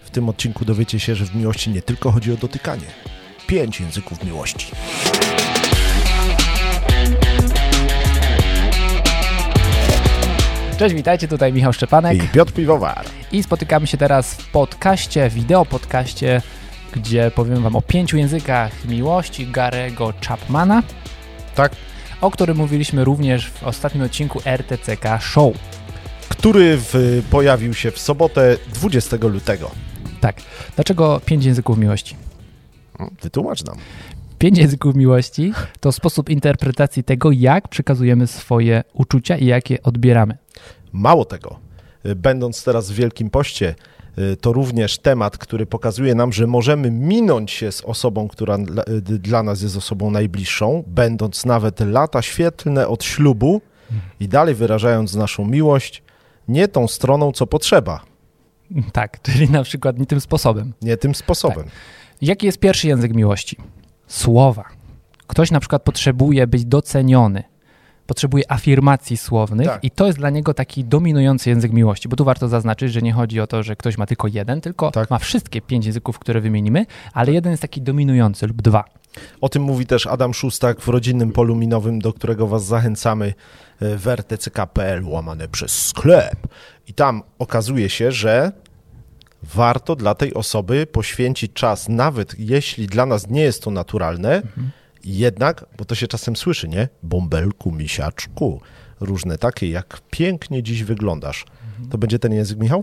W tym odcinku dowiecie się, że w miłości nie tylko chodzi o dotykanie. 5 języków miłości. Cześć, witajcie, tutaj Michał Szczepanek I Piotr Piwowar. I spotykamy się teraz w podcaście, wideo podcaście, gdzie powiem wam o 5 językach miłości Gary'ego Chapmana. Tak. O którym mówiliśmy również w ostatnim odcinku RTCK Show. Który pojawił się w sobotę 20 lutego. Tak. Dlaczego 5 języków miłości? Wytłumacz nam. 5 języków miłości to sposób interpretacji tego, jak przekazujemy swoje uczucia i jak je odbieramy. Mało tego, będąc teraz w Wielkim Poście, to również temat, który pokazuje nam, że możemy minąć się z osobą, która dla nas jest osobą najbliższą, będąc nawet lata świetlne od ślubu i dalej wyrażając naszą miłość nie tą stroną, co potrzeba. Tak, czyli na przykład nie tym sposobem. Nie tym sposobem. Tak. Jaki jest pierwszy język miłości? Słowa. Ktoś na przykład potrzebuje być doceniony, potrzebuje afirmacji słownych i to jest dla niego taki dominujący język miłości, bo tu warto zaznaczyć, że nie chodzi o to, że ktoś ma tylko jeden, tylko ma wszystkie 5 języków, które wymienimy, ale jeden jest taki dominujący lub 2. O tym mówi też Adam Szustak w rodzinnym polu minowym, do którego was zachęcamy w rtck.pl/sklep. I tam okazuje się, że warto dla tej osoby poświęcić czas, nawet jeśli dla nas nie jest to naturalne, jednak, bo to się czasem słyszy, nie? Bąbelku, misiaczku, różne takie, jak pięknie dziś wyglądasz. To będzie ten język, Michał?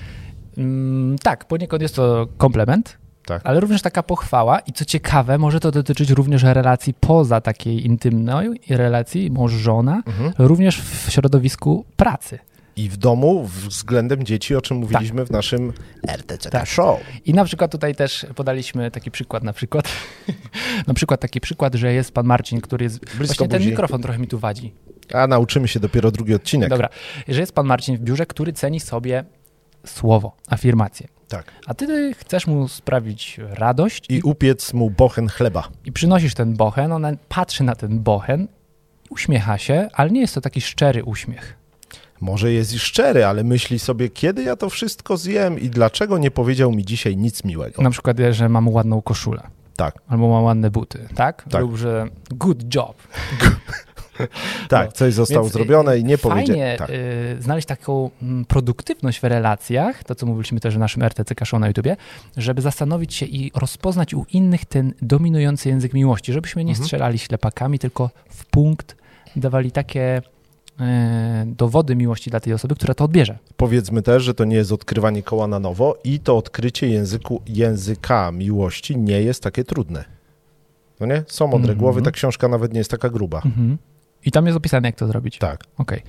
Tak, poniekąd jest to komplement, ale również taka pochwała i co ciekawe, może to dotyczyć również relacji poza takiej intymnej relacji mąż-żona, również w środowisku pracy. I w domu względem dzieci, o czym mówiliśmy w naszym RTCK Show. I na przykład tutaj też podaliśmy taki przykład, taki przykład, że jest pan Marcin, który jest... Blisko właśnie buzi. Ten mikrofon trochę mi tu wadzi. A nauczymy się dopiero drugi odcinek. Dobra, że jest pan Marcin w biurze, który ceni sobie słowo, afirmację. Tak. A ty chcesz mu sprawić radość. I upiec mu bochen chleba. I przynosisz ten bochen, on patrzy na ten bochen, uśmiecha się, ale nie jest to taki szczery uśmiech. Może jest i szczery, ale myśli sobie, kiedy ja to wszystko zjem i dlaczego nie powiedział mi dzisiaj nic miłego. Na przykład, że mam ładną koszulę. Tak. Albo mam ładne buty, tak? Tak. Lub, że good job. Tak, coś zostało zrobione i nie powiedział. Fajnie znaleźć taką produktywność w relacjach, to co mówiliśmy też w naszym RTCK Show na YouTubie, żeby zastanowić się i rozpoznać u innych ten dominujący język miłości, żebyśmy nie strzelali ślepakami, tylko w punkt dawali takie dowody miłości dla tej osoby, która to odbierze. Powiedzmy też, że to nie jest odkrywanie koła na nowo i to odkrycie języka miłości nie jest takie trudne. No nie? Są mądre głowy, ta książka nawet nie jest taka gruba. I tam jest opisane, jak to zrobić. Tak. Okay.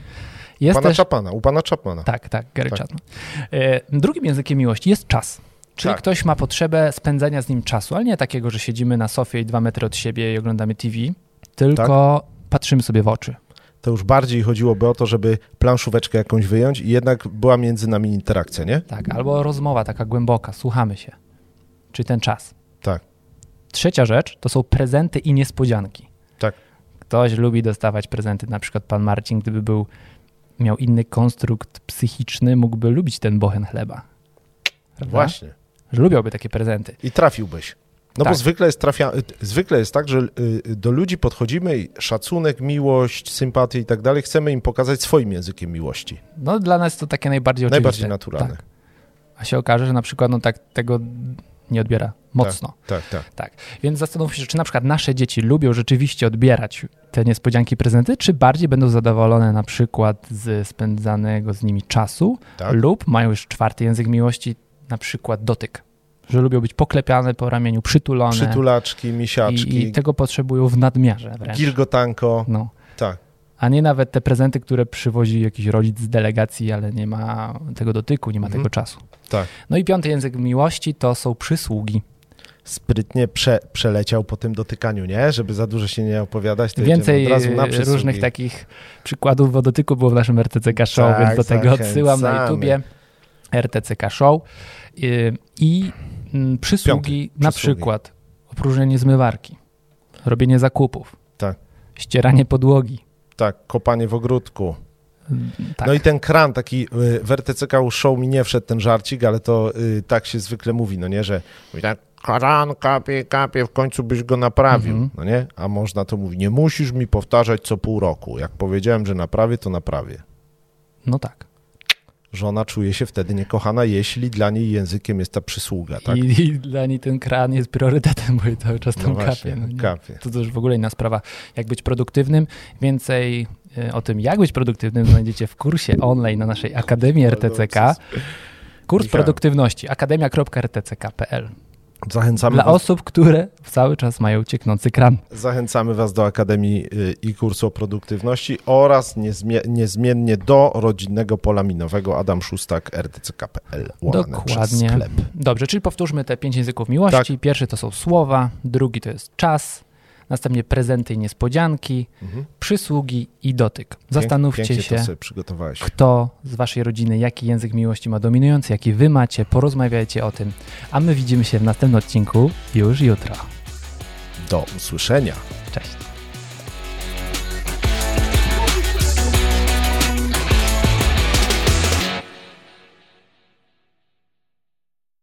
U pana Chapmana. Tak, Gary Chapman. Drugim językiem miłości jest czas. Czyli ktoś ma potrzebę spędzania z nim czasu, ale nie takiego, że siedzimy na sofie i 2 metry od siebie i oglądamy TV, tylko patrzymy sobie w oczy. To już bardziej chodziłoby o to, żeby planszóweczkę jakąś wyjąć i jednak była między nami interakcja, nie? Tak, albo rozmowa taka głęboka, słuchamy się. Czyli ten czas. Tak. Trzecia rzecz to są prezenty i niespodzianki. Tak. Ktoś lubi dostawać prezenty, na przykład pan Marcin, gdyby miał inny konstrukt psychiczny, mógłby lubić ten bochen chleba. Prawda? Właśnie. Że lubiałby takie prezenty. I trafiłbyś. No bo zwykle jest tak, że do ludzi podchodzimy i szacunek, miłość, sympatię i tak dalej, chcemy im pokazać swoim językiem miłości. No dla nas to takie najbardziej oczywiste. Najbardziej naturalne. Tak. A się okaże, że na przykład tego nie odbiera mocno. Tak. Więc zastanówmy się, czy na przykład nasze dzieci lubią rzeczywiście odbierać te niespodzianki, prezenty, czy bardziej będą zadowolone na przykład z spędzanego z nimi czasu lub mają już 4. język miłości, na przykład dotyk. Że lubią być poklepiane po ramieniu, przytulone. Przytulaczki, misiaczki. I tego potrzebują w nadmiarze wręcz. Gilgotanko. No. Tak. A nie nawet te prezenty, które przywozi jakiś rodzic z delegacji, ale nie ma tego dotyku, nie ma tego czasu. Tak. No i 5. język miłości to są przysługi. Sprytnie przeleciał po tym dotykaniu, nie? Żeby za dużo się nie opowiadać. To więcej od razu na różnych takich przykładów o dotyku było w naszym RTCK Show, więc do tego odsyłam na YouTubie RTCK Show. I przysługi, na przykład opróżnienie zmywarki, robienie zakupów, ścieranie podłogi, kopanie w ogródku, Tak. No i ten kran taki w RTCK show mi nie wszedł ten żarcik, ale to tak się zwykle mówi, no nie, że kran kapie, w końcu byś go naprawił, no nie? A można to mówić, nie musisz mi powtarzać co pół roku. Jak powiedziałem, że naprawię, to naprawię. No tak. Żona czuje się wtedy niekochana, jeśli dla niej językiem jest ta przysługa, tak? I dla niej ten kran jest priorytetem, bo cały czas tam kapie. Kapie. To już w ogóle inna sprawa. Jak być produktywnym. Więcej o tym, jak być produktywnym, znajdziecie w kursie online na naszej Akademii RTCK. Kurs produktywności, akademia.rtck.pl. Zachęcamy Dla osób, które cały czas mają cieknący kran. Zachęcamy Was do Akademii i kursu o produktywności oraz niezmiennie do rodzinnego pola minowego Adam Szustak, rtck.pl. Dokładnie. Sklep. Dobrze, czyli powtórzmy te 5 języków miłości. Tak. Pierwszy to są słowa, drugi to jest czas, następnie prezenty i niespodzianki, przysługi i dotyk. Zastanówcie się, kto z waszej rodziny, jaki język miłości ma dominujący, jaki wy macie, porozmawiajcie o tym, a my widzimy się w następnym odcinku już jutro. Do usłyszenia. Cześć.